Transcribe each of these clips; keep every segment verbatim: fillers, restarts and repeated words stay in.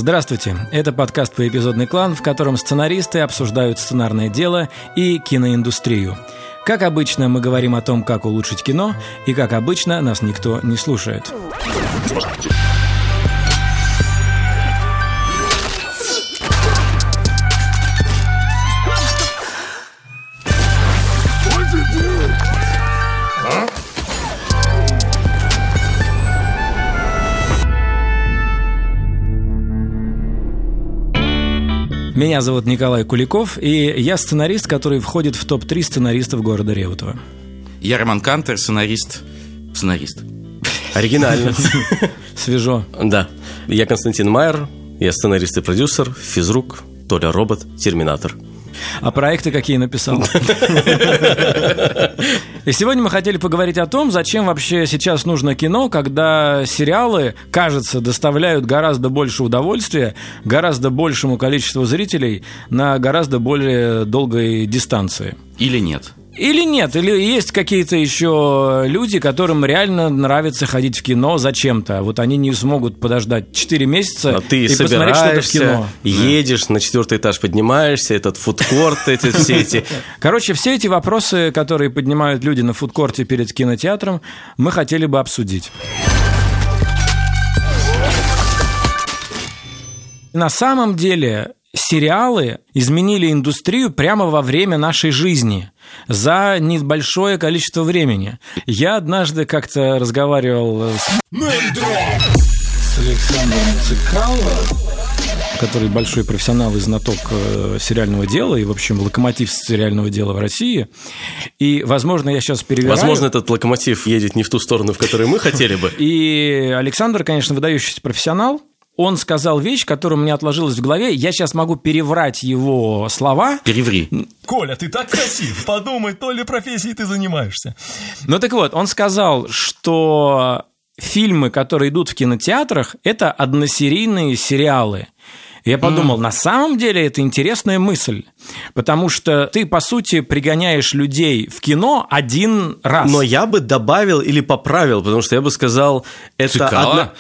Здравствуйте, это подкаст «Поэпизодный клан», в котором сценаристы обсуждают сценарное дело и киноиндустрию. Как обычно, мы говорим о том, как улучшить кино, и как обычно, нас никто не слушает. Меня зовут Николай Куликов, и я сценарист, который входит в топ три сценаристов города Реутова. Я Роман Кантер, сценарист. Сценарист. Оригинально. Свежо. Да. Я Константин Майер, я сценарист и продюсер, физрук, Толя Робот, Терминатор. А проекты какие написал? И сегодня мы хотели поговорить о том, зачем вообще сейчас нужно кино, когда сериалы, кажется, доставляют гораздо больше удовольствия, гораздо большему количеству зрителей на гораздо более долгой дистанции. Или нет? Или нет, или есть какие-то еще люди, которым реально нравится ходить в кино зачем-то. Вот они не смогут подождать четыре месяца а ты и посмотреть что-то в кино. Едешь, на четвертый этаж поднимаешься, этот фудкорт, эти все эти... Короче, все эти вопросы, которые поднимают люди на фудкорте перед кинотеатром, мы хотели бы обсудить. На самом деле сериалы изменили индустрию прямо во время нашей жизни за небольшое количество времени. Я однажды как-то разговаривал с, с Александром Цикало, который большой профессионал и знаток сериального дела и, в общем, локомотив сериального дела в России. И, возможно, я сейчас перевираю. Возможно, этот локомотив едет не в ту сторону, в которую мы хотели бы. И Александр, конечно, выдающийся профессионал. Он сказал вещь, которая у меня отложилась в голове. Я сейчас могу переврать его слова. Переври. Коля, ты так красив. Подумай, то ли профессией ты занимаешься. Ну так вот, он сказал, что фильмы, которые идут в кинотеатрах, это односерийные сериалы. Я подумал, mm. на самом деле это интересная мысль, потому что ты, по сути, пригоняешь людей в кино один раз. Но я бы добавил или поправил, потому что я бы сказал, это одно...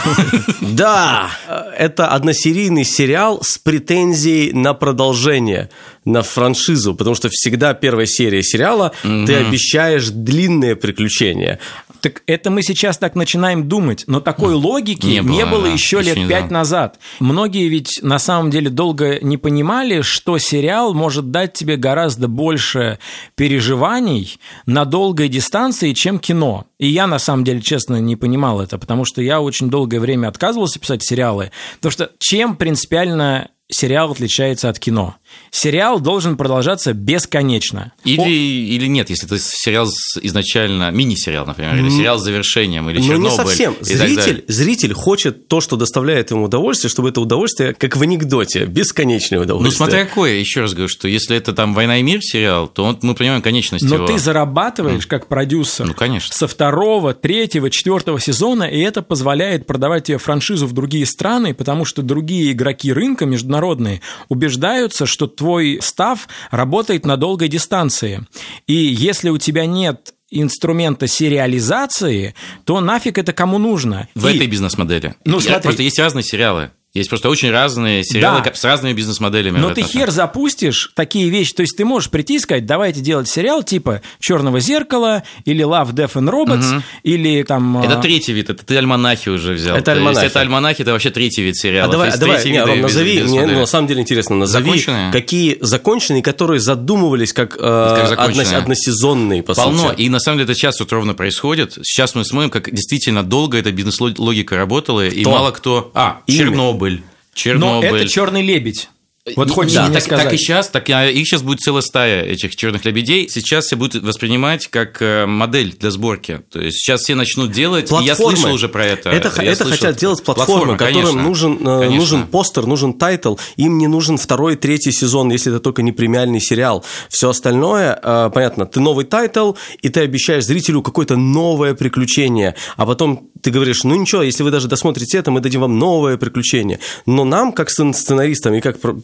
Да, это односерийный сериал с претензией на продолжение, на франшизу, потому что всегда первая серия сериала mm-hmm. ты обещаешь длинные приключения. Так это мы сейчас так начинаем думать, но такой логики не было, не было да, еще лет еще пять назад. Многие ведь на самом деле долго не понимали, что сериал может дать тебе гораздо больше переживаний на долгой дистанции, чем кино. И я, на самом деле, честно, не понимал это, потому что я очень долгое время отказывался писать сериалы, потому что чем принципиально сериал отличается от кино? Сериал должен продолжаться бесконечно. Или, О... или нет, если это сериал изначально, мини-сериал, например, или сериал с завершением, или Чернобыль. Ну, не совсем. Зритель, зритель хочет то, что доставляет ему удовольствие, чтобы это удовольствие, как в анекдоте, бесконечное удовольствие. Ну, смотря какое, еще раз говорю, что если это там «Война и мир» сериал, то он, мы понимаем конечность Но его. ты зарабатываешь, как продюсер, ну, конечно. со второго, третьего, четвертого сезона, и это позволяет продавать тебе франшизу в другие страны, потому что другие игроки рынка международные убеждаются, что твой став работает на долгой дистанции. И если у тебя нет инструмента сериализации, то нафиг это кому нужно? В и... этой бизнес-модели. Ну, смотри. Просто есть разные сериалы. Есть просто очень разные сериалы да. с разными бизнес-моделями. Но ты хер запустишь такие вещи. То есть ты можешь прийти и сказать, давайте делать сериал типа «Черного зеркала» или «Love, Death and Robots», угу. или там... Это третий вид, это ты альманахи уже взял. Это альманахи. Это альманахи, это вообще третий вид сериала. А давай, а давай не, Ром, назови, без, мне ну, на самом деле интересно, назови, законченные? Какие законченные, которые задумывались как, как э, одно, односезонные, по Полно. сути. И на самом деле это сейчас вот ровно происходит. Сейчас мы смотрим, как действительно долго эта бизнес-логика работала, и кто? мало кто... А, Имя. Чернобыль. Чернобыль. Но это «Черный лебедь». Вот хочешь да, мне так, сказать. так и сейчас, так их сейчас будет целая стая этих черных лебедей. Сейчас все будут воспринимать как модель для сборки. То есть сейчас все начнут делать. Платформы. И я слышал уже про это. Это, это слышал, хотят делать платформы, которым нужен, нужен постер, нужен тайтл. Им не нужен второй, третий сезон, если это только не премиальный сериал. Все остальное, понятно, ты новый тайтл, и ты обещаешь зрителю какое-то новое приключение. А потом ты говоришь, ну ничего, если вы даже досмотрите это, мы дадим вам новое приключение. Но нам, как сценаристам и как продюсерам,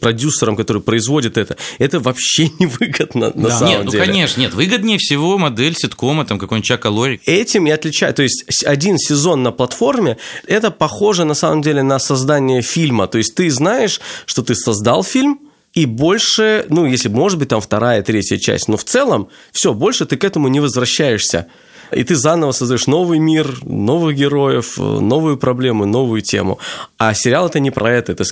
продюсерам, которые производят это, это вообще невыгодно на да. самом нет, деле. Ну, конечно, нет. Выгоднее всего модель ситкома, там какой-нибудь Чака Лори. Этим и отличает. То есть один сезон на платформе, это похоже на самом деле на создание фильма. То есть ты знаешь, что ты создал фильм, и больше, ну, если, может быть, там вторая, третья часть, но в целом, все, больше ты к этому не возвращаешься. И ты заново создаешь новый мир, новых героев, новую проблему, новую тему. А сериал – это не про это, это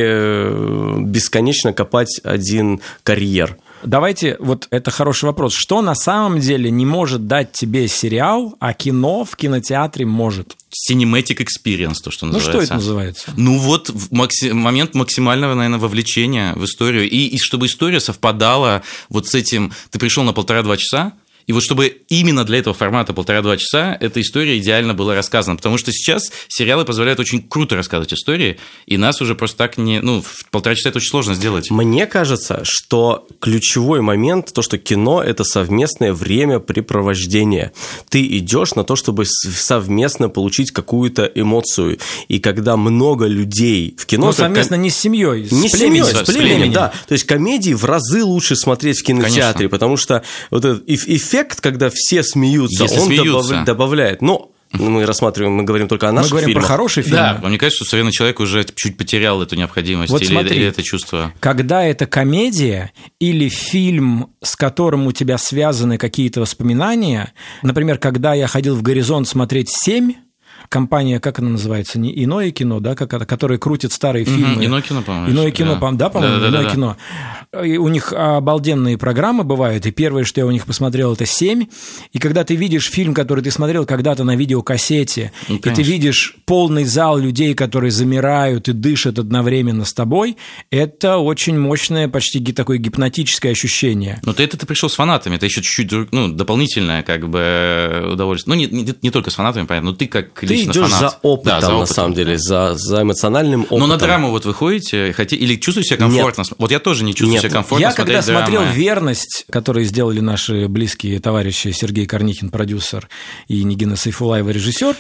скорее бесконечно копать один карьер. Давайте, вот это хороший вопрос. Что на самом деле не может дать тебе сериал, а кино в кинотеатре может? Cinematic experience, то, что называется. Ну, что это называется? Ну, вот макси- момент максимального, наверное, вовлечения в историю. И, и чтобы история совпадала вот с этим. Ты пришел на полтора-два часа, и вот чтобы именно для этого формата полтора-два часа эта история идеально была рассказана. Потому что сейчас сериалы позволяют очень круто рассказывать истории, и нас уже просто так не... Ну, в полтора часа это очень сложно сделать. Мне кажется, что ключевой момент, то, что кино – это совместное времяпрепровождение. Ты идешь на то, чтобы совместно получить какую-то эмоцию. И когда много людей в кино… Ну, совместно ком... не с семьей, не с племенем. С племенем, да. То есть комедии в разы лучше смотреть в кинотеатре, конечно. Потому что вот этот эффект, когда все смеются, Если он смеются. Добав... добавляет. Но мы рассматриваем, мы говорим только о наших фильмах. Мы говорим фильмах. про хорошие фильмы. Да, мне кажется, что современный человек уже чуть потерял эту необходимость вот или, смотри, или это чувство. Когда это комедия или фильм, с которым у тебя связаны какие-то воспоминания, например, когда я ходил в «Горизонт» смотреть «Семь», компания, как она называется, не «Иное кино», да, как это, которая крутит старые фильмы. Угу, «Иное кино», по-моему. «Иное кино», да, да по-моему, да, да, «Иное да, кино». И у них обалденные программы бывают, и первое, что я у них посмотрел, это «Семь». И когда ты видишь фильм, который ты смотрел когда-то на видеокассете, ну, и ты видишь полный зал людей, которые замирают и дышат одновременно с тобой, это очень мощное, почти такое гипнотическое ощущение. Но ты это ты пришел с фанатами, это еще чуть-чуть, ну, дополнительное как бы удовольствие. Ну, не, не, не только с фанатами, понятно, но ты как ты лично идешь фанат. за опытом, да, за на опытом. самом деле, за, за эмоциональным опытом. Но на драму вот вы ходите, хотите, или чувствуете себя комфортно? Нет. Вот я тоже не чувствую Нет. себя комфортно я когда смотрел драмы. «Верность», которую сделали наши близкие товарищи Сергей Корнихин, продюсер, и Нигина Сайфулаева, режиссер,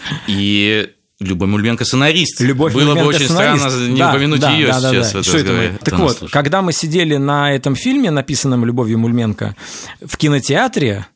и Любовь Мульменко сценарист. Любовь Было Мульменко бы очень сценарист. странно не да, упомянуть да, ее да, сейчас. Да, да. В Что это мы? Так вот, слушаю. Когда мы сидели на этом фильме, написанном Любовью Мульменко, в кинотеатре,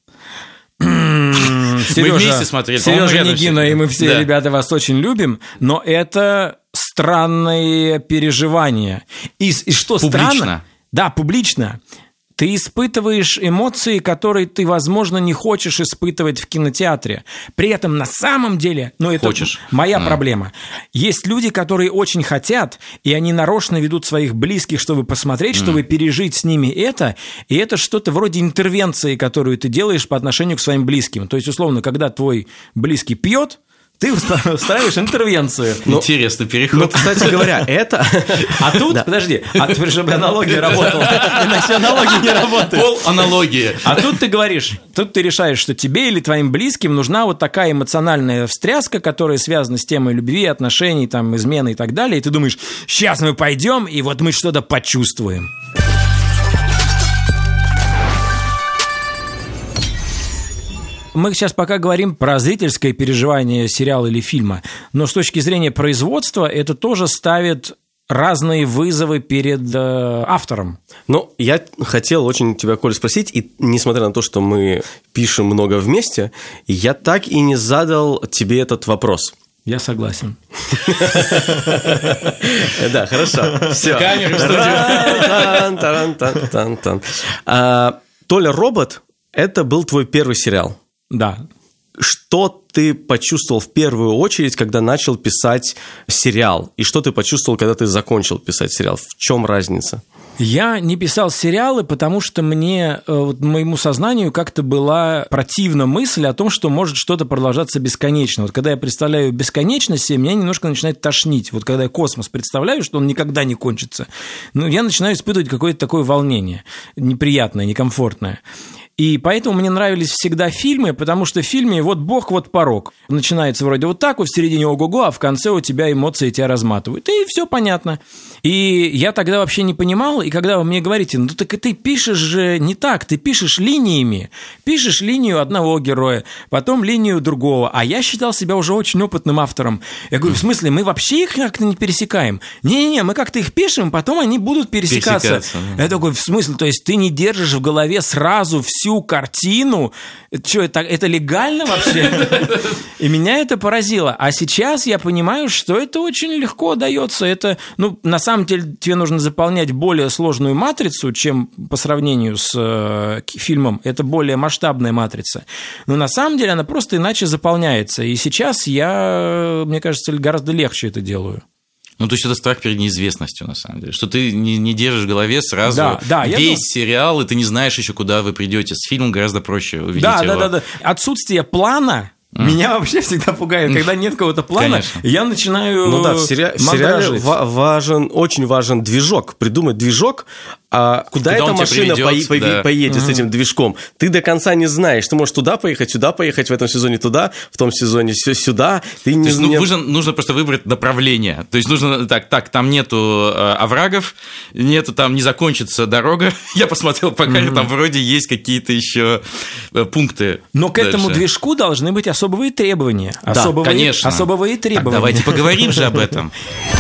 Сережа, мы вместе смотрели. Сережа Нигина, и мы все, да. ребята, вас очень любим, но это странные переживания. И, и что публично. Странно? Да, публично. Ты испытываешь эмоции, которые ты, возможно, не хочешь испытывать в кинотеатре. При этом на самом деле, ну это хочешь. моя а. проблема. Есть люди, которые очень хотят, и они нарочно ведут своих близких, чтобы посмотреть, mm. чтобы пережить с ними это, и это что-то вроде интервенции, которую ты делаешь по отношению к своим близким. То есть, условно, когда твой близкий пьет, ты устраиваешь интервенцию. Интересный переход. Ну, кстати говоря, это... А тут, да. подожди, а теперь, чтобы аналогия работала, иначе аналогия не работает. Пол аналогии. А тут ты говоришь, тут ты решаешь, что тебе или твоим близким нужна вот такая эмоциональная встряска, которая связана с темой любви, отношений, там, измены и так далее, и ты думаешь, сейчас мы пойдем, и вот мы что-то почувствуем. Мы сейчас пока говорим про зрительское переживание сериала или фильма, но с точки зрения производства это тоже ставит разные вызовы перед э, автором. Ну, я хотел очень тебя, Коля, спросить, и несмотря на то, что мы пишем много вместе, я так и не задал тебе этот вопрос. Я согласен. Да, хорошо. Все. Камеры в студию. Толя Робот – это был твой первый сериал. Да. Что ты почувствовал в первую очередь, когда начал писать сериал? И что ты почувствовал, когда ты закончил писать сериал? В чем разница? Я не писал сериалы, потому что мне, вот, моему сознанию как-то была противна мысль о том, что может что-то продолжаться бесконечно. Вот когда я представляю бесконечность, меня немножко начинает тошнить. Вот когда я космос представляю, что он никогда не кончится, ну, я начинаю испытывать какое-то такое волнение неприятное, некомфортное. И поэтому мне нравились всегда фильмы, потому что в фильме вот бог, вот порог. Начинается вроде вот так, вот в середине ого-го, а в конце у тебя эмоции тебя разматывают. И все понятно. И я тогда вообще не понимал, и когда вы мне говорите, ну так и ты пишешь же не так, ты пишешь линиями. Пишешь линию одного героя, потом линию другого. А я считал себя уже очень опытным автором. Я говорю, в смысле, мы вообще их как-то не пересекаем? Не-не-не, мы как-то их пишем, потом они будут пересекаться. пересекаться да. Я такой, в смысле, то есть ты не держишь в голове сразу всю картину. Что, это, это легально вообще? И меня это поразило. А сейчас я понимаю, что это очень легко дается. Это, ну, на самом деле, тебе нужно заполнять более сложную матрицу, чем по сравнению с э, фильмом. Это более масштабная матрица. Но на самом деле она просто иначе заполняется. И сейчас я, мне кажется, гораздо легче это делаю. Ну, то есть это страх перед неизвестностью, на самом деле. Что ты не, не держишь в голове сразу да, да, весь думаю... сериал, и ты не знаешь еще, куда вы придете. С фильмом гораздо проще увидеть да, его. Да, да, да. Отсутствие плана mm. меня вообще всегда пугает. Когда нет какого-то плана, Конечно. я начинаю Ну да, в, сери... в сериале важен, очень важен движок. Придумать движок, а куда, куда эта машина приведет, по- да. поедет mm-hmm. с этим движком. Ты до конца не знаешь. Ты можешь туда поехать, сюда поехать, в этом сезоне туда, в том сезоне сюда. Ты не, То есть, ну, не... нужно, нужно просто выбрать направление. То есть нужно так, так, там нету э, оврагов, нету там, не закончится дорога. Я посмотрел по карте, mm-hmm. там вроде есть какие-то еще пункты. Но к дальше. этому движку должны быть особые требования. Да, особые, конечно. Особые требования. Так, давайте поговорим же об этом.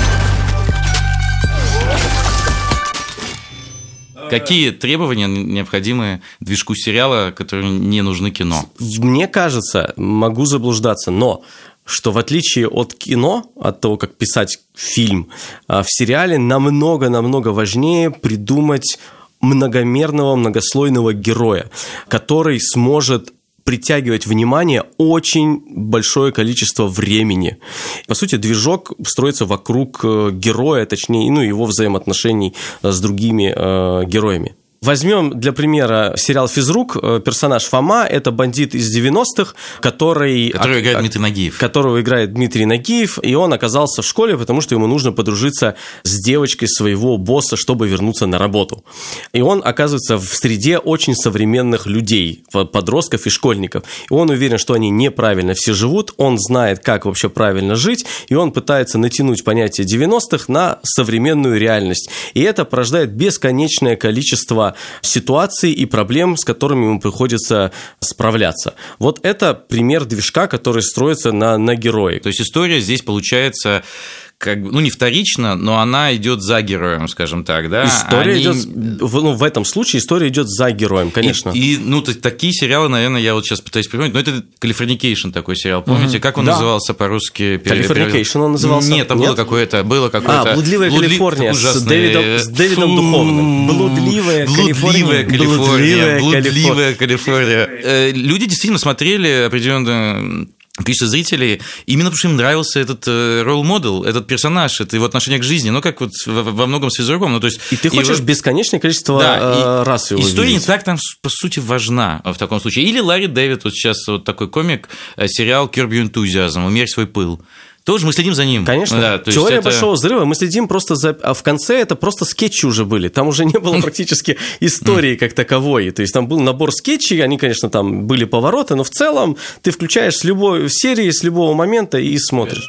Какие требования необходимы движку сериала, которые не нужны кино? Мне кажется, могу заблуждаться, но что в отличие от кино, от того, как писать фильм, в сериале намного-намного важнее придумать многомерного, многослойного героя, который сможет притягивать внимание очень большое количество времени. По сути, движок строится вокруг героя, точнее, ну, его взаимоотношений с другими э, героями. Возьмем для примера сериал «Физрук». Персонаж Фома – это бандит из девяностых, который… Который играет Дмитрий Нагиев. Которого играет Дмитрий Нагиев, и он оказался в школе, потому что ему нужно подружиться с девочкой своего босса, чтобы вернуться на работу. И он оказывается в среде очень современных людей, подростков и школьников. И он уверен, что они неправильно все живут, он знает, как вообще правильно жить, и он пытается натянуть понятие девяностых на современную реальность. И это порождает бесконечное количество ситуаций и проблем, с которыми ему приходится справляться. Вот это пример движка, который строится на, на герое. То есть история здесь получается как бы, ну, не вторично, но она идет за героем, скажем так, да? История Они... идет, ну, в этом случае история идет за героем, конечно. И, и ну, то, такие сериалы, наверное, я вот сейчас пытаюсь припомнить, но это «Калифорникейшн» такой сериал, помните? Mm-hmm. Как он да. назывался по-русски? «Калифорникейшн» он назывался? Нет, там Нет? было какое-то, было какое-то… А, «Блудливая Блудли... Калифорния» с Дэвидом, с Дэвидом Духовным. «Блудливая Калифорния». Блудливая Калифорния. Блудливая Калифорния. Люди действительно смотрели определенно… Пишут зрители, именно потому что им нравился этот ролл-модел, этот персонаж, это его отношение к жизни, ну, как вот во многом с «Физруком». Ну, то есть и ты хочешь его... бесконечное количество да, раз его история видеть. не так там, по сути, важна в таком случае. Или Ларри Дэвид, вот сейчас вот такой комик, сериал «Curb Your Enthusiasm», «Умерь свой пыл». Тоже мы следим за ним. Конечно. Да, «Теория это... большого взрыва», мы следим просто за… А в конце это просто скетчи уже были. Там уже не было практически истории как таковой. То есть там был набор скетчей, они, конечно, там были повороты, но в целом ты включаешь с любой серии, с любого момента и смотришь.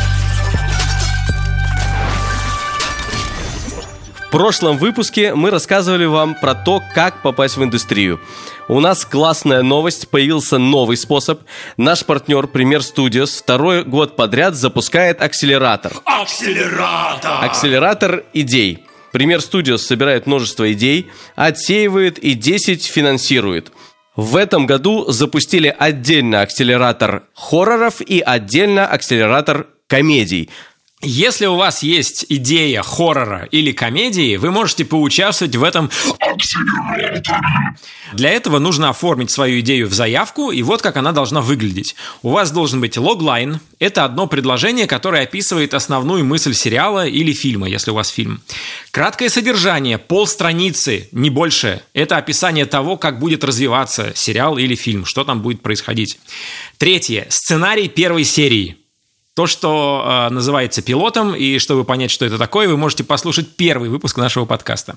В прошлом выпуске мы рассказывали вам про то, как попасть в индустрию. У нас классная новость, появился новый способ. Наш партнер Premier Studios второй год подряд запускает акселератор. Акселератор! Акселератор идей. Premier Studios собирает множество идей, отсеивает и десять финансирует. В этом году запустили отдельно акселератор хорроров и отдельно акселератор комедий. Если у вас есть идея хоррора или комедии, вы можете поучаствовать в этом акселераторе. Для этого нужно оформить свою идею в заявку, и вот как она должна выглядеть. У вас должен быть логлайн. Это одно предложение, которое описывает основную мысль сериала или фильма, если у вас фильм. Краткое содержание, полстраницы, не больше. Это описание того, как будет развиваться сериал или фильм, что там будет происходить. Третье. Сценарий первой серии. То, что э, называется пилотом, и чтобы понять, что это такое, вы можете послушать первый выпуск нашего подкаста.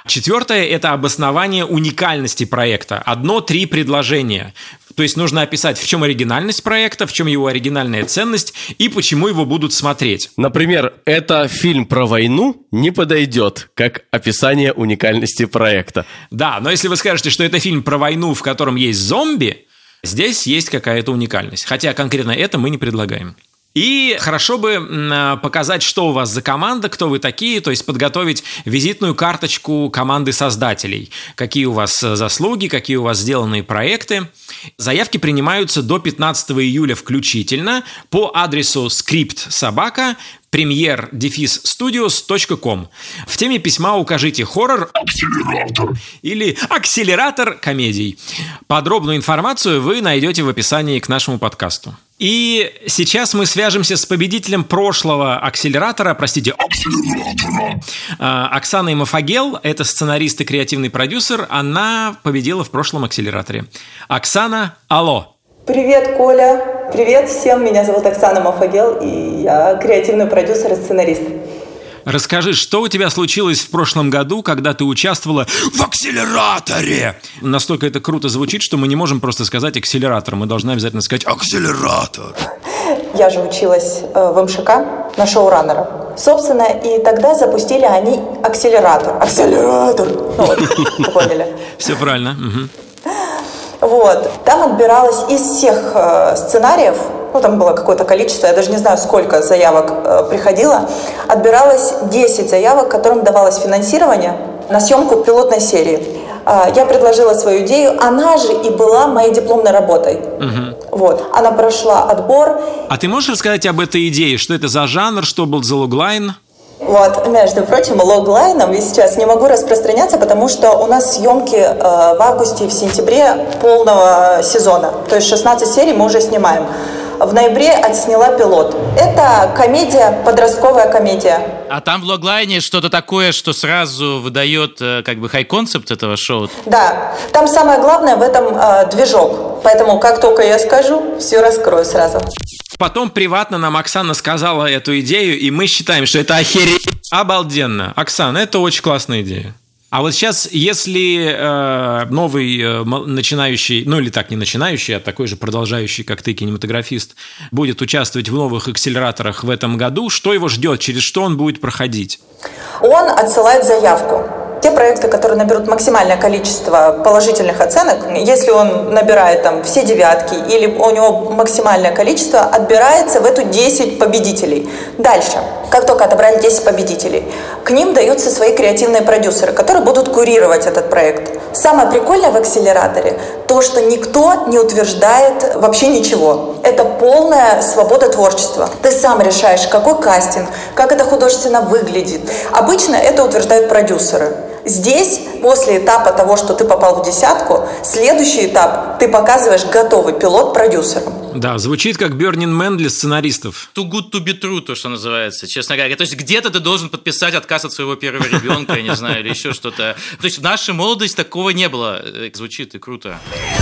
Четвертое – это обоснование уникальности проекта. Одно-три предложения. То есть нужно описать, в чем оригинальность проекта, в чем его оригинальная ценность и почему его будут смотреть. Например, это фильм про войну не подойдет как описание уникальности проекта. Да, но если вы скажете, что это фильм про войну, в котором есть зомби, здесь есть какая-то уникальность. Хотя конкретно это мы не предлагаем. И хорошо бы показать, что у вас за команда, кто вы такие, то есть подготовить визитную карточку команды создателей. Какие у вас заслуги, какие у вас сделанные проекты. Заявки принимаются до пятнадцатого июля включительно по адресу скриптсобака премьер дефис студиос точка ком. В теме письма укажите хоррор «Акселератор» или «Акселератор комедий». Подробную информацию вы найдете в описании к нашему подкасту. И сейчас мы свяжемся с победителем прошлого «Акселератора», простите, «Акселератора». Оксаной Мафагел, это сценарист и креативный продюсер, она победила в прошлом «Акселераторе». Оксана, алло. Привет, Коля. Привет всем. Меня зовут Оксана Мафагел, и я креативный продюсер и сценарист. Расскажи, что у тебя случилось в прошлом году, когда ты участвовала в «Акселераторе»? Настолько это круто звучит, что мы не можем просто сказать «Акселератор». Мы должны обязательно сказать «Акселератор». Я же училась в эм ша ка на шоураннера. Собственно, и тогда запустили они «Акселератор». «Акселератор». Ну вот, вы поняли. Все правильно. Угу. Вот. Там отбиралось из всех э, сценариев, ну, там было какое-то количество, я даже не знаю, сколько заявок э, приходило, отбиралось десять заявок, которым давалось финансирование на съемку пилотной серии. Э, я предложила свою идею, она же и была моей дипломной работой. Угу. Вот. Она прошла отбор. А ты можешь рассказать об этой идее? Что это за жанр, что был за логлайн? Вот, между прочим, логлайном я сейчас не могу распространяться, потому что у нас съемки э, в августе и в сентябре полного сезона. То есть шестнадцать серий мы уже снимаем. В ноябре отсняла пилот. Это комедия, подростковая комедия. А там в логлайне что-то такое, что сразу выдает как бы хай-концепт этого шоу? Да, там самое главное в этом э, движок. Поэтому как только я скажу, все раскрою сразу. Потом приватно нам Оксана сказала эту идею, и мы считаем, что это охереть обалденно. Оксана, это очень классная идея. А вот сейчас, если э, новый э, начинающий, ну или так, не начинающий, а такой же продолжающий, как ты, кинематографист, будет участвовать в новых акселераторах в этом году, что его ждет, через что он будет проходить? Он отсылает заявку. Те проекты, которые наберут максимальное количество положительных оценок, если он набирает там все девятки или у него максимальное количество, отбирается в эту десять победителей. Дальше, как только отобрали десять победителей, к ним даются свои креативные продюсеры, которые будут курировать этот проект. Самое прикольное в акселераторе то, что никто не утверждает вообще ничего. Это полная свобода творчества. Ты сам решаешь, какой кастинг, как это художественно выглядит. Обычно это утверждают продюсеры. Здесь, после этапа того, что ты попал в десятку, следующий этап ты показываешь готовый пилот продюсерам. Да, звучит как Burning Man для сценаристов. Too good to be true, то, что называется, честно говоря. То есть где-то ты должен подписать отказ от своего первого ребенка, я не знаю, или еще что-то. То есть в нашей молодости такого не было. Звучит и круто.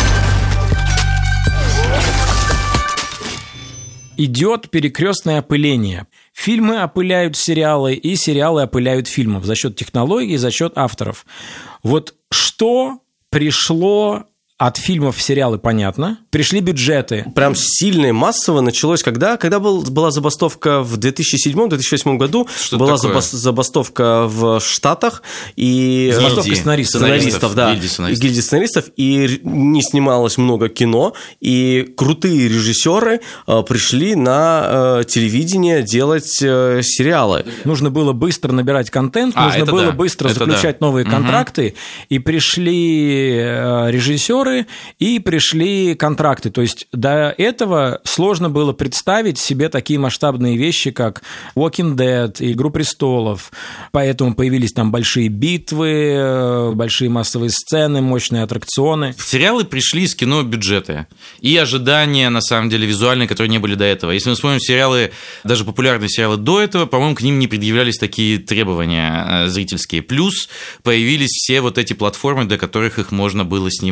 Идет перекрестное опыление. Фильмы опыляют сериалы, и сериалы опыляют фильмов за счет технологий, за счет авторов. Вот что пришло от фильмов в сериалы, понятно. Пришли бюджеты. Прям сильно и массово началось, когда, когда был, была забастовка в две тысячи седьмом - две тысячи восьмом году. Что была такое? забастовка в Штатах. И забастовка сценаристов. Сценаристов, да. Гильдии сценаристов. Гильдии сценаристов. И не снималось много кино. И крутые режиссеры э, пришли на э, телевидение делать э, сериалы. Нужно было быстро набирать контент, А, нужно было да. быстро это заключать да. новые Угу. контракты. И пришли э, режиссеры, и пришли контракты. То есть до этого сложно было представить себе такие масштабные вещи, как Walking Dead, Игру престолов. Поэтому появились там большие битвы, большие массовые сцены, мощные аттракционы. Сериалы пришли из кино бюджета и ожидания, на самом деле, визуальные, которые не были до этого. Если мы вспомним сериалы, даже популярные сериалы до этого, по-моему, к ним не предъявлялись такие требования зрительские. Плюс появились все вот эти платформы, для которых их можно было снимать. Технологии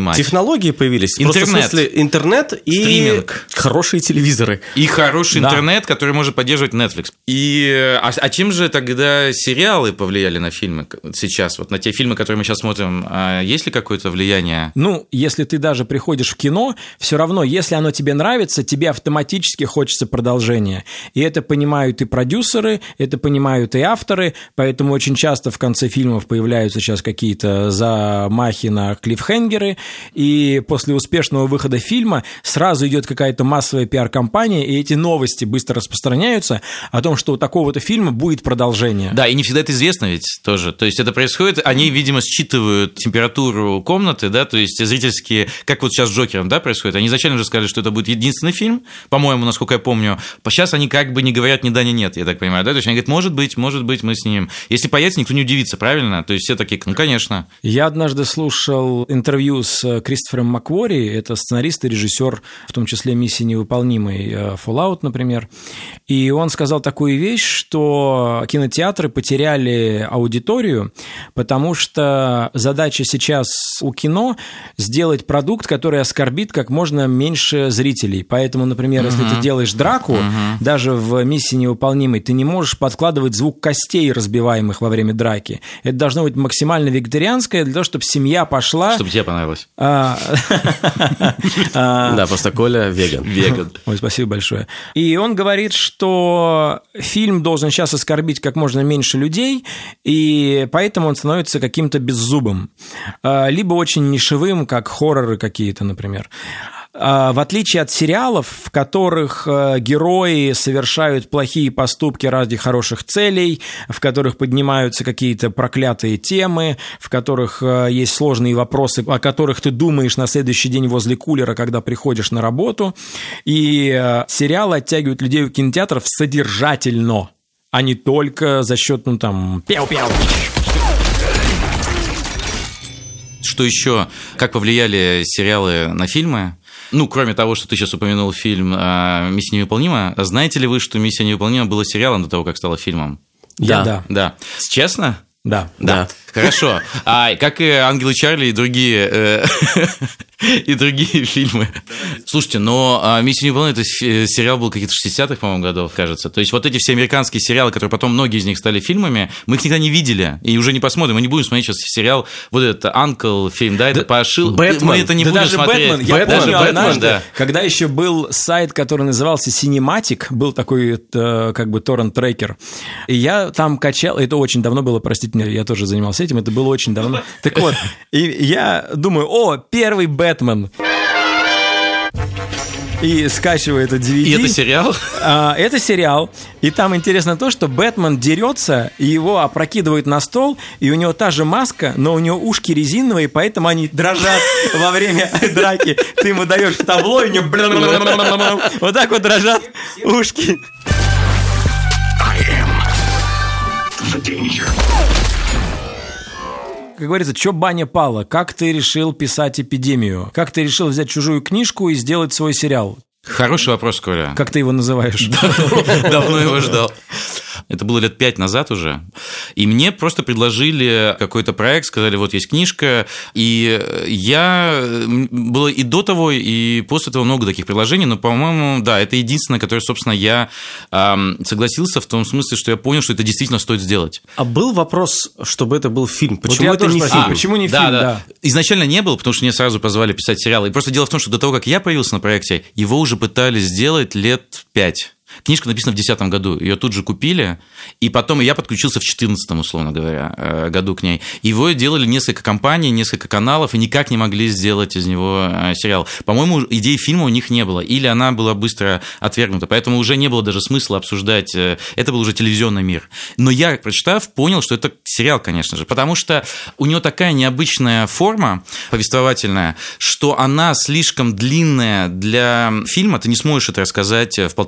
технологии появились. Интернет. Просто в смысле интернет и стриминг. Хорошие телевизоры. И хороший да. интернет, который может поддерживать Netflix. И, а, а чем же тогда сериалы повлияли на фильмы сейчас? Вот на те фильмы, которые мы сейчас смотрим, а есть ли какое-то влияние? Ну, если ты даже приходишь в кино, все равно, если оно тебе нравится, тебе автоматически хочется продолжения. И это понимают и продюсеры, это понимают и авторы, поэтому очень часто в конце фильмов появляются сейчас какие-то замахи на клиффхенгеры, и после успешного выхода фильма сразу идет какая-то массовая пиар-компания, и эти новости быстро распространяются о том, что у такого-то фильма будет продолжение. Да, и не всегда это известно ведь тоже. То есть это происходит, они, видимо, считывают температуру комнаты, да, то есть зрительские, как вот сейчас с Джокером, да, происходит. Они изначально же сказали, что это будет единственный фильм, по-моему, насколько я помню. Сейчас они как бы не говорят ни да, ни нет, я так понимаю, да, то есть они говорят, может быть, может быть, мы снимем. Если появится, никто не удивится, правильно? То есть все такие, ну, конечно. Я однажды слушал интервью с Кристофером Макквори, это сценарист и режиссер, в том числе «Миссии невыполнимой», Fallout, например, и он сказал такую вещь, что кинотеатры потеряли аудиторию, потому что задача сейчас у кино сделать продукт, который оскорбит как можно меньше зрителей. Поэтому, например, uh-huh. если ты делаешь драку, uh-huh. даже в «Миссии невыполнимой», ты не можешь подкладывать звук костей, разбиваемых во время драки. Это должно быть максимально вегетарианское, для того, чтобы семья пошла... Чтобы тебе понравилось. Да, просто Коля веган. Веган. Ой, спасибо большое. И он говорит, что фильм должен сейчас оскорбить как можно меньше людей, и поэтому он становится каким-то беззубым. Либо очень нишевым, как хорроры какие-то, например. В отличие от сериалов, в которых герои совершают плохие поступки ради хороших целей, в которых поднимаются какие-то проклятые темы, в которых есть сложные вопросы, о которых ты думаешь на следующий день возле кулера, когда приходишь на работу, и сериалы оттягивают людей в кинотеатров содержательно, а не только за счет, ну, там, пяу-пяу. Что еще? Как повлияли сериалы на фильмы? Ну, кроме того, что ты сейчас упомянул фильм «Миссия невыполнима», знаете ли вы, что «Миссия невыполнима» была сериалом до того, как стала фильмом? Да. Да. Да. Честно? Да. Да. Хорошо. А как и «Ангелы Чарли» и другие, э, и другие фильмы. Слушайте, но «Миссия невыполнима» – это сериал был каких-то шестидесятых, по-моему, годов, кажется. То есть вот эти все американские сериалы, которые потом многие из них стали фильмами, мы их никогда не видели и уже не посмотрим. Мы не будем смотреть сейчас сериал, вот этот «Анкл» фильм, да, это пошил. Бэтмен. Мы это не да будем даже смотреть. Бэтмен. Я Бэтмен, помню Бэтмен, однажды, да. когда еще был сайт, который назывался Cinematic, был такой э, как бы торрент-трекер, и я там качал, это очень давно было, простите меня, я тоже занимался этим, это было очень давно. Так вот, и я думаю, о, первый Бэтмен. И скачиваю это ди ви ди. И это сериал? А, это сериал. И там интересно то, что Бэтмен дерется, и его опрокидывают на стол, и у него та же маска, но у него ушки резиновые, поэтому они дрожат во время драки. Ты ему даешь табло, и у него вот так вот дрожат ушки. Как говорится, чё баня пала? Как ты решил писать «Эпидемию»? Как ты решил взять чужую книжку и сделать свой сериал? Хороший вопрос, Коля. Как ты его называешь? Давно его ждал. Это было лет пять назад уже. И мне просто предложили какой-то проект, сказали, вот есть книжка. И я... Было и до того, и после того много таких предложений, но, по-моему, да, это единственное, которое, собственно, я эм, согласился в том смысле, что я понял, что это действительно стоит сделать. А был вопрос, чтобы это был фильм? Почему вот это не фильм? А, почему не да, фильм, да. да. Изначально не было, потому что меня сразу позвали писать сериалы. И просто дело в том, что до того, как я появился на проекте, его уже пытались сделать лет пять. Книжка написана в две тысячи десятом году, ее тут же купили, и потом я подключился в две тысячи четырнадцатом, условно говоря, году к ней. Его делали несколько компаний, несколько каналов, и никак не могли сделать из него сериал. По-моему, идеи фильма у них не было, или она была быстро отвергнута, поэтому уже не было даже смысла обсуждать, это был уже телевизионный мир. Но я, прочитав, понял, что это сериал, конечно же, потому что у него такая необычная форма повествовательная, что она слишком длинная для фильма, ты не сможешь это рассказать в полтора-два часа.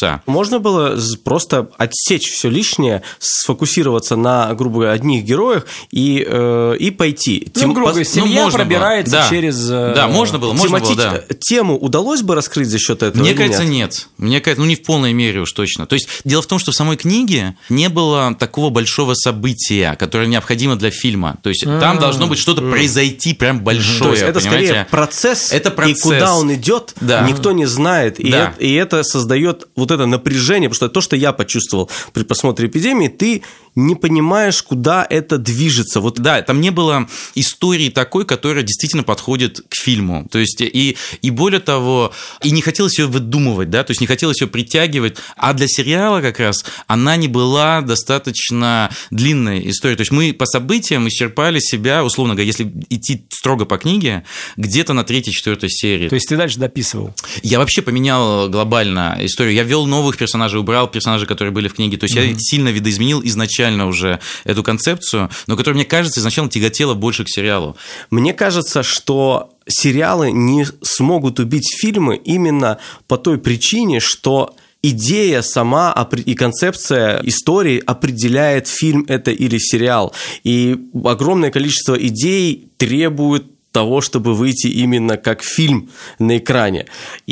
часа. Можно было просто отсечь все лишнее, сфокусироваться на, грубо говоря, одних героях и, э, и пойти. Ну, Тем, грубо говоря, семья ну, пробирается да. через... Э, да, можно было, можно тематич... было, да. Тему удалось бы раскрыть за счет этого? Мне кажется, нет? нет. Мне кажется, ну не в полной мере уж точно. То есть дело в том, что в самой книге не было такого большого события, которое необходимо для фильма. То есть mm-hmm. там должно быть что-то mm-hmm. произойти прям большое. Mm-hmm. То есть это понимаете? скорее процесс, это процесс, и куда он идет, да. никто не знает. И, да. это, и это создает вот это напряжение, потому что то, что я почувствовал при просмотре «Эпидемии», ты не понимаешь, куда это движется. Вот. Да, там не было истории такой, которая действительно подходит к фильму. То есть, и, и более того, и не хотелось ее выдумывать, да, то есть не хотелось ее притягивать, а для сериала как раз она не была достаточно длинной историей. То есть мы по событиям исчерпали себя, условно говоря, если идти строго по книге, где-то на третьей-четвертой серии. То есть ты дальше дописывал? Я вообще поменял глобально историю. Я ввел новых персонажей, убрал персонажей, которые были в книге. То есть mm-hmm. я сильно видоизменил изначально уже эту концепцию, но которая, мне кажется, изначально тяготела больше к сериалу. Мне кажется, что сериалы не смогут убить фильмы именно по той причине, что идея сама и концепция истории определяет, фильм это или сериал. И огромное количество идей требует того, чтобы выйти именно как фильм на экране.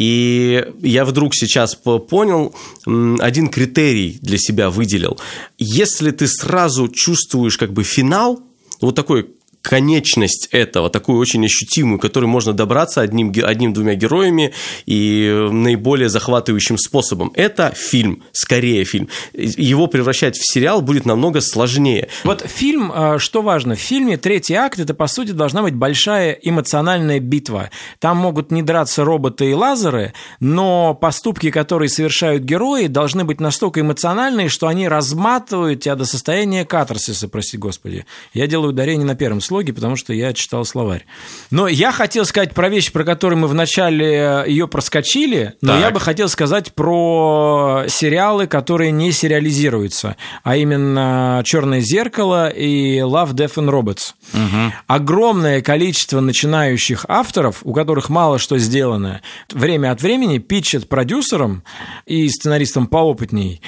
И я вдруг сейчас понял, один критерий для себя выделил. Если ты сразу чувствуешь как бы финал, вот такой конечность этого, такую очень ощутимую, к которой можно добраться одним, одним-двумя героями и наиболее захватывающим способом. Это фильм, скорее фильм. Его превращать в сериал будет намного сложнее. Вот фильм, что важно, в фильме третий акт, это, по сути, должна быть большая эмоциональная битва. Там могут не драться роботы и лазеры, но поступки, которые совершают герои, должны быть настолько эмоциональные, что они разматывают тебя до состояния катарсиса, прости господи. Я делаю ударение на первом слоге, потому что я читал словарь. Но я хотел сказать про вещи, про которые мы вначале ее проскочили, но так. я бы хотел сказать про сериалы, которые не сериализируются, а именно «Черное зеркало» и «Love, Death and Robots». Угу. Огромное количество начинающих авторов, у которых мало что сделано, время от времени питчат продюсерам и сценаристам поопытней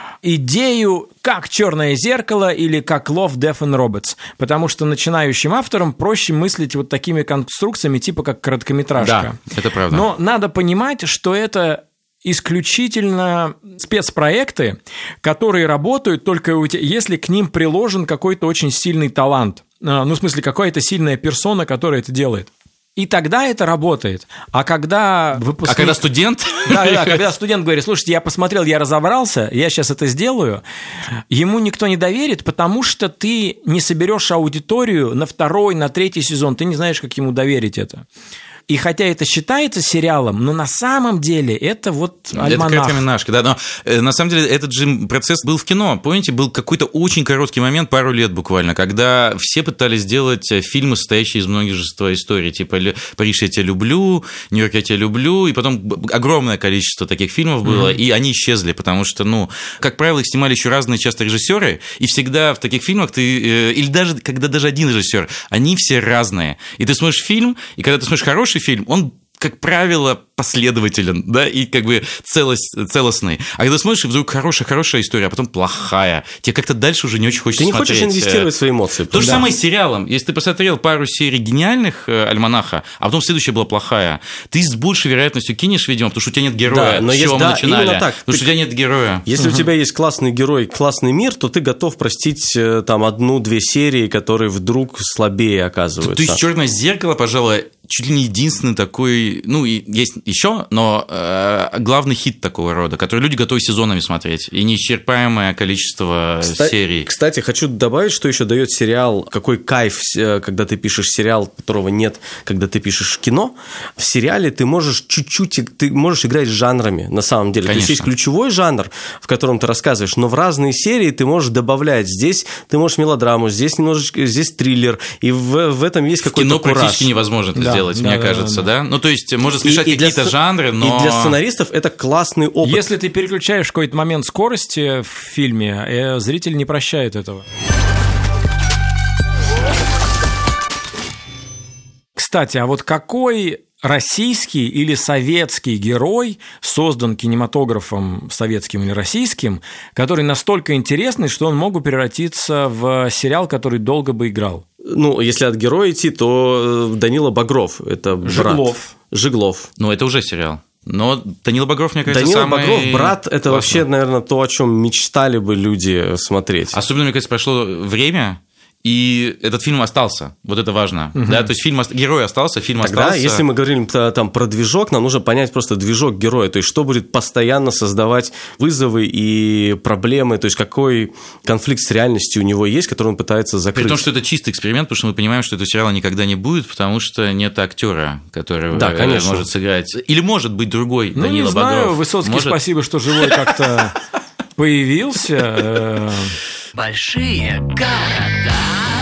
идею как «Черное зеркало» или как «Love, Death and Robots», потому что начинающим авторам проще мыслить вот такими конструкциями, типа как короткометражка. Да, это правда. Но надо понимать, что это исключительно спецпроекты, которые работают только если к ним приложен какой-то очень сильный талант. Ну, в смысле, какая-то сильная персона, которая это делает. И тогда это работает. А когда выпускник... А когда студент? Да, да, когда студент говорит, слушайте, я посмотрел, я разобрался, я сейчас это сделаю, ему никто не доверит, потому что ты не соберешь аудиторию на второй, на третий сезон, ты не знаешь, как ему доверить это. И хотя это считается сериалом, но на самом деле это вот альманах. Это короткометражка, да. Но э, на самом деле этот же процесс был в кино. Помните, был какой-то очень короткий момент, пару лет буквально, когда все пытались сделать фильмы, состоящие из множества историй. Типа «Париж, я тебя люблю», «Нью-Йорк, я тебя люблю». И потом огромное количество таких фильмов было, mm-hmm. и они исчезли, потому что, ну, как правило, их снимали еще разные часто режиссеры, и всегда в таких фильмах ты... Э, или даже, когда даже один режиссер, они все разные. И ты смотришь фильм, и когда ты смотришь хороший фильм, он, как правило, последователен, да, и как бы целость, целостный. А когда смотришь, вдруг хорошая-хорошая история, а потом плохая, тебе как-то дальше уже не очень хочется смотреть. Ты не смотреть. Хочешь инвестировать свои эмоции. То да. же самое с сериалом. Если ты посмотрел пару серий гениальных «Альманаха», а потом следующая была плохая, ты с большей вероятностью кинешь, видимо, потому что у тебя нет героя, да, но с чего мы да, начинали. Так. Потому ты... что у тебя нет героя. Если угу. у тебя есть классный герой, классный мир, то ты готов простить там одну-две серии, которые вдруг слабее оказываются. То есть «Черное зеркало», пожалуй, чуть ли не единственный такой, ну, и есть еще, но э, главный хит такого рода, который люди готовы сезонами смотреть, и неисчерпаемое количество кстати, серий. Кстати, хочу добавить, что еще дает сериал, какой кайф, когда ты пишешь сериал, которого нет, когда ты пишешь кино. В сериале ты можешь чуть-чуть, ты можешь играть с жанрами, на самом деле. Конечно. То есть есть ключевой жанр, в котором ты рассказываешь, но в разные серии ты можешь добавлять. Здесь ты можешь мелодраму, здесь немножечко, здесь триллер, и в, в этом есть какой-то кино кураж. Практически невозможно это да. сделать, Да, мне да, кажется, да, да. да? Ну, то есть, можно смешать какие-то сцен... жанры, но... И для сценаристов это классный опыт. Если ты переключаешь в какой-то момент скорости в фильме, зритель не прощает этого. Кстати, а вот какой российский или советский герой создан кинематографом советским или российским, который настолько интересный, что он мог бы превратиться в сериал, который долго бы играл? Ну, если от героя идти, то Данила Багров – это брат. Жиглов. Жиглов. Ну, это уже сериал. Но Данила Багров, мне кажется, Данила самый... Багров, брат, это классный. вообще, наверное, то, о чем мечтали бы люди смотреть. Особенно, мне кажется, прошло время, и этот фильм остался. Вот это важно. Угу. Да? То есть фильм, герой остался, фильм Тогда, остался. если мы говорим там, про движок, нам нужно понять просто движок героя. То есть, что будет постоянно создавать вызовы и проблемы, то есть, какой конфликт с реальностью у него есть, который он пытается закрыть. При том, что это чистый эксперимент, потому что мы понимаем, что этого сериала никогда не будет, потому что нет актера, который да, может сыграть. Или может быть другой ну, Данила не знаю, Багров. Высоцкий, может... спасибо, что живой как-то появился. Большие города.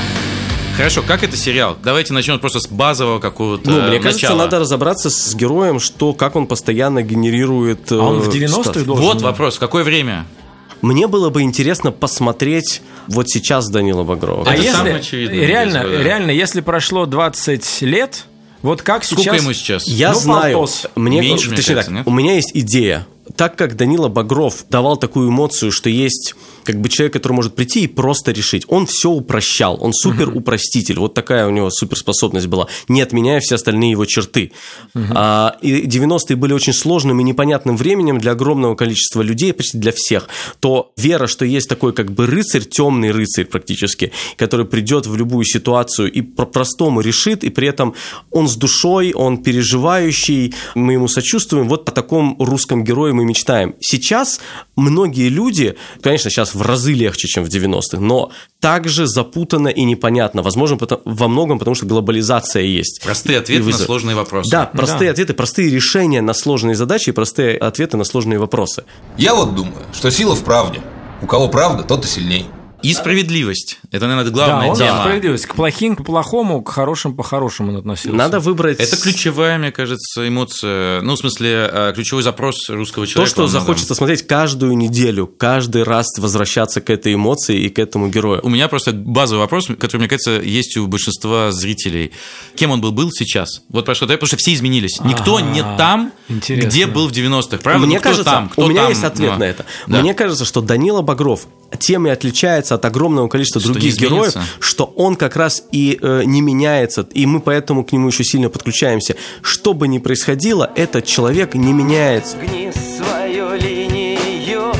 Хорошо, как это сериал? Давайте начнем просто с базового какого-то Ну, мне начала. кажется, надо разобраться с героем, что, как он постоянно генерирует... А он в девяностых должен... Вот вопрос, в какое время? Мне было бы интересно посмотреть вот сейчас Данила Багрова. А Это если, самое очевидное, реально, здесь, да. реально, если прошло двадцать лет, вот как сейчас... Сколько ему сейчас? Я ну, знаю, полтос. мне, Меньше, мне точнее кажется, так, нет? у меня есть идея. Так как Данила Багров давал такую эмоцию, что есть как бы человек, который может прийти и просто решить. Он все упрощал, он супер упроститель. Вот такая у него суперспособность была, не отменяя все остальные его черты. Uh-huh. А, и девяностые были очень сложным и непонятным временем для огромного количества людей, почти для всех. То вера, что есть такой как бы рыцарь, темный рыцарь практически, который придет в любую ситуацию и по-простому решит, и при этом он с душой, он переживающий, мы ему сочувствуем. Вот о таком русском герое мы мечтаем. Сейчас многие люди, конечно, сейчас в разы легче, чем в девяностых, но также запутанно и непонятно. Возможно, во многом потому, что глобализация есть. Простые ответы на сложные вопросы. Да, простые да. ответы, простые решения на сложные задачи и простые ответы на сложные вопросы. Я вот думаю, что сила в правде. У кого правда, тот и сильней. И справедливость. Это, наверное, главная да, он тема. Справедливость. К плохим, к плохому, к хорошим, по-хорошему он относился. Надо выбрать... Это ключевая, мне кажется, эмоция. Ну, в смысле, ключевой запрос русского человека. То, что захочется надо... смотреть каждую неделю, каждый раз возвращаться к этой эмоции и к этому герою. У меня просто базовый вопрос, который, мне кажется, есть у большинства зрителей. Кем он был, был сейчас? Вот прошло, потому что все изменились. Никто А-а-а. не там, Интересно. где был в девяностых. Правда? Мне ну, кто кажется, там? Кто у меня там? есть ответ ну, на это. Да. Мне кажется, что Данила Багров тем и отличается от огромного количества что других героев, что он как раз и э, не меняется, и мы поэтому к нему еще сильно подключаемся. Что бы ни происходило, этот человек не меняется. Гни свою линию,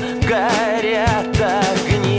горят огни.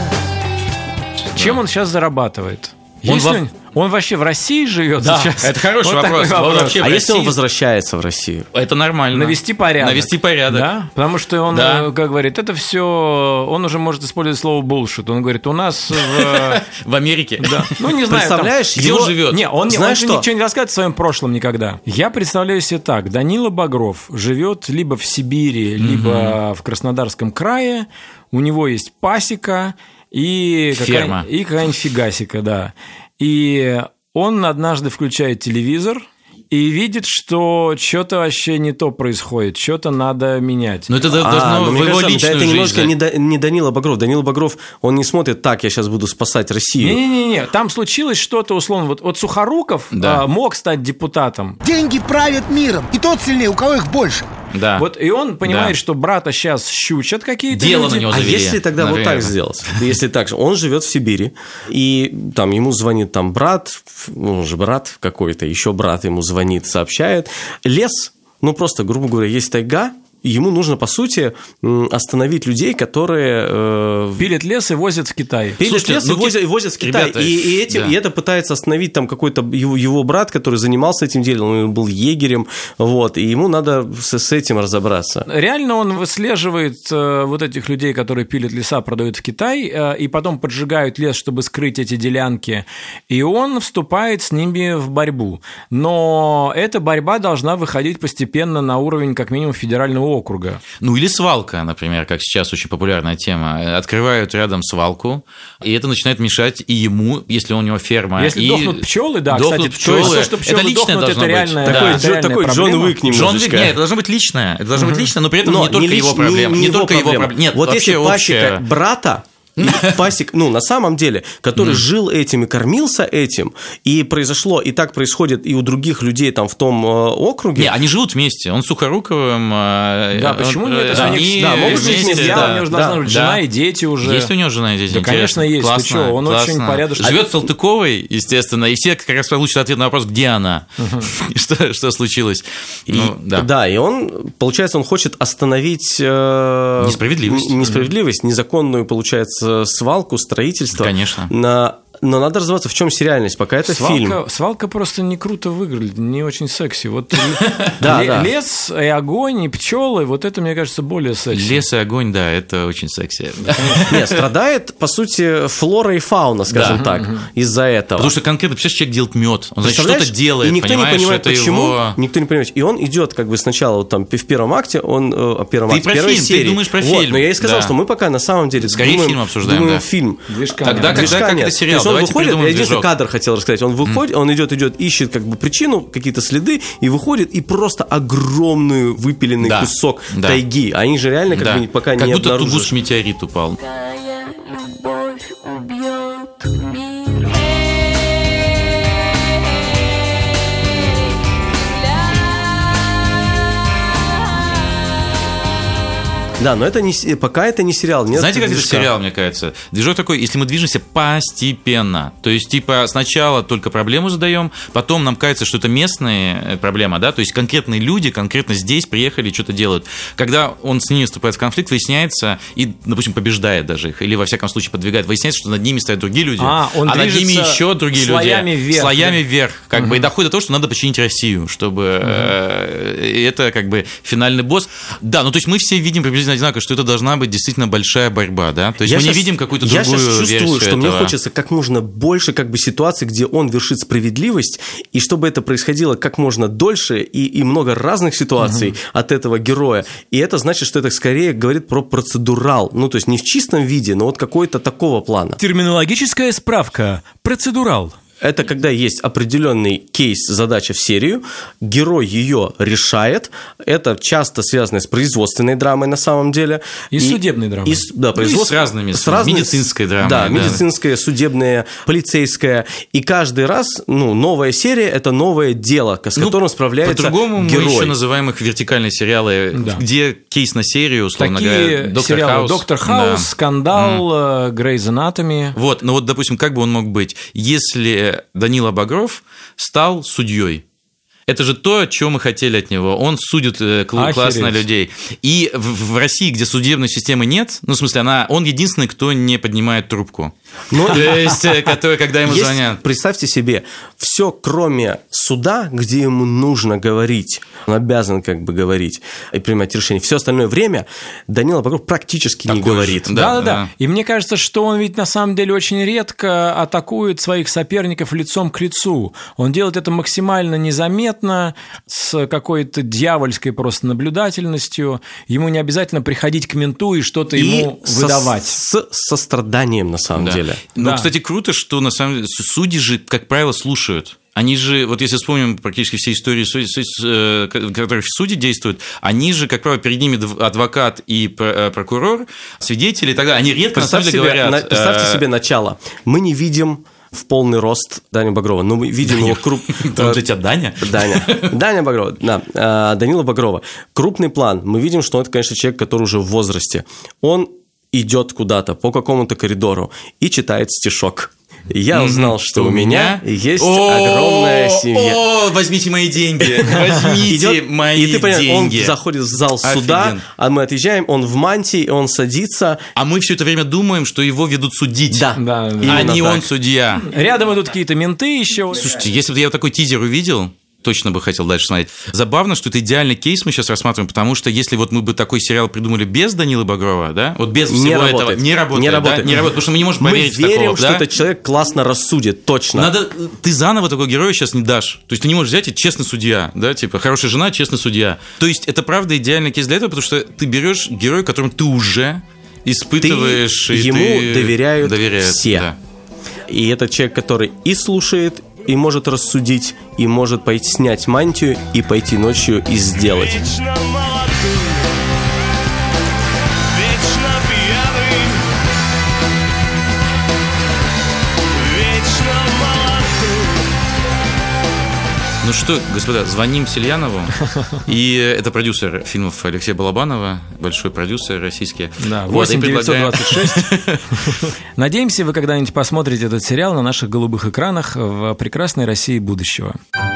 Чем он сейчас зарабатывает? Он, Если во... он, он вообще в России живет да, сейчас? Это хороший вот вопрос. вопрос. Он вообще а в если России... он возвращается в Россию? Это нормально. Навести порядок. Навести порядок. Да? Потому что он, да. как говорит, это все, он уже может использовать слово bullshit. Он говорит, у нас в... В Америке. Да. Ну, не знаю. Представляешь, где он живет? Не, он, Знаешь он что? ничего не рассказывает о своем прошлом никогда. Я представляю себе так. Данила Багров живет либо в Сибири, либо в Краснодарском крае. У него есть пасека и ферма. Какая- и какая-нибудь фигасика, да. И он однажды включает телевизор и видит, что что-то вообще не то происходит, что-то надо менять. Но это должно А, в мне его кажется, личную да, это жизнь. немножко да. не, да, не Данила Багров. Данила Багров, он не смотрит так, я сейчас буду спасать Россию. Не-не-не, там случилось что-то, условно, вот, вот Сухоруков Да. а, мог стать депутатом. Деньги правят миром, и тот сильнее, у кого их больше. Да. Вот, и он понимает, Да. что брата сейчас щучат какие-то Дело люди. на него А завели, если тогда например. вот так сделать? Если так же, он живет в Сибири, и там ему звонит там брат, ну, он же брат какой-то, еще брат ему звонит, сообщает. Лес, ну, просто, грубо говоря, есть тайга, ему нужно, по сути, остановить людей, которые... Э, Пилят лес и возят в Китай. Пилят Слушайте, лес ну, и возят, и возят в Китай. ребята, и, и, этим, да. и это пытается остановить там какой-то его, его брат, который занимался этим делом, он был егерем, вот, и ему надо с, с этим разобраться. Реально он выслеживает э, вот этих людей, которые пилят леса, продают в Китай, э, и потом поджигают лес, чтобы скрыть эти делянки, и он вступает с ними в борьбу. Но эта борьба должна выходить постепенно на уровень, как минимум, федерального округа. Ну, или свалка, например, как сейчас очень популярная тема. Открывают рядом свалку, и это начинает мешать и ему, если у него ферма. Если и дохнут пчелы, да, дохнут кстати, пчелы. то, что пчелы это личное дохнут, должно это быть. реальная, Да. Такой, это Джон, реальная такой Джон проблема. Уик Джон Уик, немножечко. нет, это должно быть личное. Это должно быть личное, но при этом Но не только не его лич- проблема. Не, Не, не только его его проблема. проблема. Нет, вот вообще если пасека общее. брата, пасек, ну, на самом деле, который mm. жил этим и кормился этим, и произошло, и так происходит и у других людей там в том э, округе. Не, они живут вместе, он с Сухоруковым. Э, да, почему он, нет? Да, они, да, могут жить вместе, да, у него же должна быть жена да. и дети уже. Есть у него жена и дети? Да, конечно, есть, классно, ты что, он классно. очень порядочный. Живет с Салтыковой, естественно, и все как раз получат ответ на вопрос, где она, что, что случилось. И, ну, да. да, и он, получается, он хочет остановить э, несправедливость. несправедливость, незаконную, получается, свалку, строительство. Конечно. На... Но надо разобраться, в чем сериальность, пока это свалка, фильм. Свалка просто не круто выглядит, не очень секси. Вот да, да. Лес и огонь, и пчелы, вот это, мне кажется, более секси. Лес и огонь, да, это очень секси. Нет, страдает, по сути, флора и фауна, скажем так, из-за этого. Потому что конкретно, представляешь, человек делает мед, он, значит, что-то делает, и никто не понимает, почему, его... никто не понимает. И он идет как бы сначала вот там в первом акте, он в первом акте, первой фильм, серии. Ты думаешь про вот, фильм. Но я и сказал, да. что мы пока на самом деле скорее думаем, фильм обсуждаем, думаем да. фильм. Движка Тогда, нет. когда как это сериал, он давайте выходит, придумаем я единственный движок. кадр хотел рассказать. Он выходит, mm. он идет, идет, ищет как бы причину, какие-то следы, и выходит, и просто огромный выпиленный да. кусок да. тайги. Они же реально как да. бы пока как не будто обнаружишь. Тунгусский метеорит упал. Любовь убьет мир. Да, но это не, пока это не сериал. Нет. Знаете, как это сериал, мне кажется? Движок такой, если мы движемся постепенно, то есть, типа, сначала только проблему задаем, потом нам кажется, что это местная проблема, да, то есть конкретные люди конкретно здесь приехали и что-то делают. Когда он с ними вступает в конфликт, выясняется, и, допустим, побеждает даже их, или, во всяком случае, подвигает, выясняется, что над ними стоят другие люди, а, он а над ними еще другие слоями люди. Вверх, слоями да? вверх. Как угу. бы, и доходит до того, что надо починить Россию, чтобы угу. э, это, как бы, финальный босс. Да, ну, то есть мы все видим приблизительно одинаково, что это должна быть действительно большая борьба, да? То есть я мы сейчас, не видим какую-то другую версию Я сейчас чувствую, что этого. мне хочется как можно больше как бы ситуаций, где он вершит справедливость, и чтобы это происходило как можно дольше, и, и много разных ситуаций угу. от этого героя. И это значит, что это скорее говорит про процедурал. Ну, то есть не в чистом виде, но вот какой-то такого плана. Терминологическая справка. Процедурал. Это когда есть определенный кейс, задача в серию, герой ее решает. Это часто связано с производственной драмой на самом деле. И, и судебной драмой. И, да, производство, ну, и с разными, с разными медицинской драмой. Да, да, медицинская, судебная, полицейская. И каждый раз, ну, новая серия – это новое дело, с которым ну, справляется по-другому герой. Мы еще называем их вертикальные сериалы, да. где кейс на серию, условно Такие говоря, Доктор сериалы Хаус. Доктор Хаус, да. Скандал, mm. Grey's Anatomy. Вот, ну вот, допустим, как бы он мог быть, если Данила Багров стал судьей. Это же то, чего мы хотели от него. Он судит классно людей. И в, в России, где судебной системы нет, ну, в смысле, она, он единственный, кто не поднимает трубку. Ну, то есть, который, когда ему есть, звонят. Представьте себе, все, кроме суда, где ему нужно говорить, он обязан как бы говорить и принимать решения. Все остальное время Данила Багров практически Такой не говорит. Да-да-да. Да. И мне кажется, что он ведь на самом деле очень редко атакует своих соперников лицом к лицу. Он делает это максимально незаметно, с какой-то дьявольской просто наблюдательностью. Ему не обязательно приходить к менту и что-то и ему со- выдавать. С состраданием, на самом да. деле. Ну, да. кстати, круто, что на самом деле судьи же, как правило, слушают. Они же, вот если вспомним практически все истории, в которых судьи действуют, они же, как правило, перед ними адвокат и прокурор, свидетели и так далее, они редко Представь на самом деле себе, говорят. На, представьте себе начало. Мы не видим в полный рост Даню Багрова. Но мы видим его круп... Там у тебя Даня? Даня. Даня Багрова, да. Данила Багрова. Крупный план. Мы видим, что это, конечно, человек, который уже в возрасте. Он идет куда-то по какому-то коридору и читает стишок. Я узнал, что у меня есть огромная семья. О, возьмите мои деньги, возьмите мои деньги. И ты понимаешь, он заходит в зал суда, а мы отъезжаем, он в мантии, он садится. А мы все это время думаем, что его ведут судить. Да, а не он судья. Рядом идут какие-то менты еще. Слушайте, если бы я такой тизер увидел, точно бы хотел дальше смотреть. Забавно, что это идеальный кейс мы сейчас рассматриваем, потому что если вот мы бы такой сериал придумали без Данилы Багрова, да, вот без всего не этого, работает. не работает, не да? работает, не работает, потому что мы не можем мы поверить в верим, такого, что да? этот человек классно рассудит, точно. Надо, ты заново такого героя сейчас не дашь, то есть ты не можешь взять и честный судья, да, типа хорошая жена, честный судья. То есть это правда идеальный кейс для этого, потому что ты берешь героя, которым ты уже испытываешь, ты, и ему ты доверяют, доверяют все. Да. И это человек, который и слушает, и может рассудить, и может пойти снять мантию и пойти ночью и сделать. Вечно молодым, вечно пьяным, что, господа, звоним Сельянову. И это продюсер фильмов Алексея Балабанова, большой продюсер российский. Да, восемь девятьсот двадцать шесть. Надеемся, вы когда-нибудь посмотрите этот сериал на наших голубых экранах в прекрасной России будущего.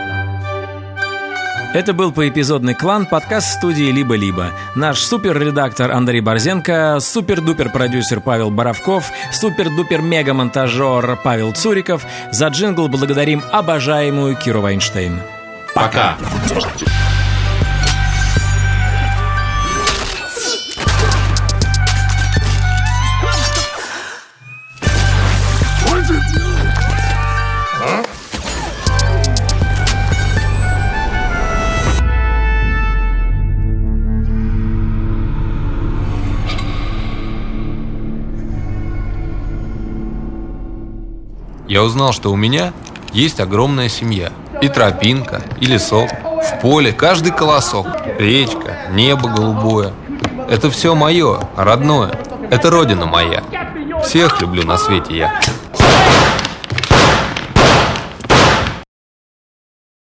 Это был поэпизодный клан, подкаст студии «Либо-либо». Наш суперредактор Андрей Борзенко, супер-дупер-продюсер Павел Боровков, супер-дупер-мега-монтажер Павел Цуриков. За джингл благодарим обожаемую Киру Вайнштейн. Пока! Я узнал, что у меня есть огромная семья. И тропинка, и лесок, в поле каждый колосок, речка, небо голубое. Это все мое, родное. Это родина моя. Всех люблю на свете я.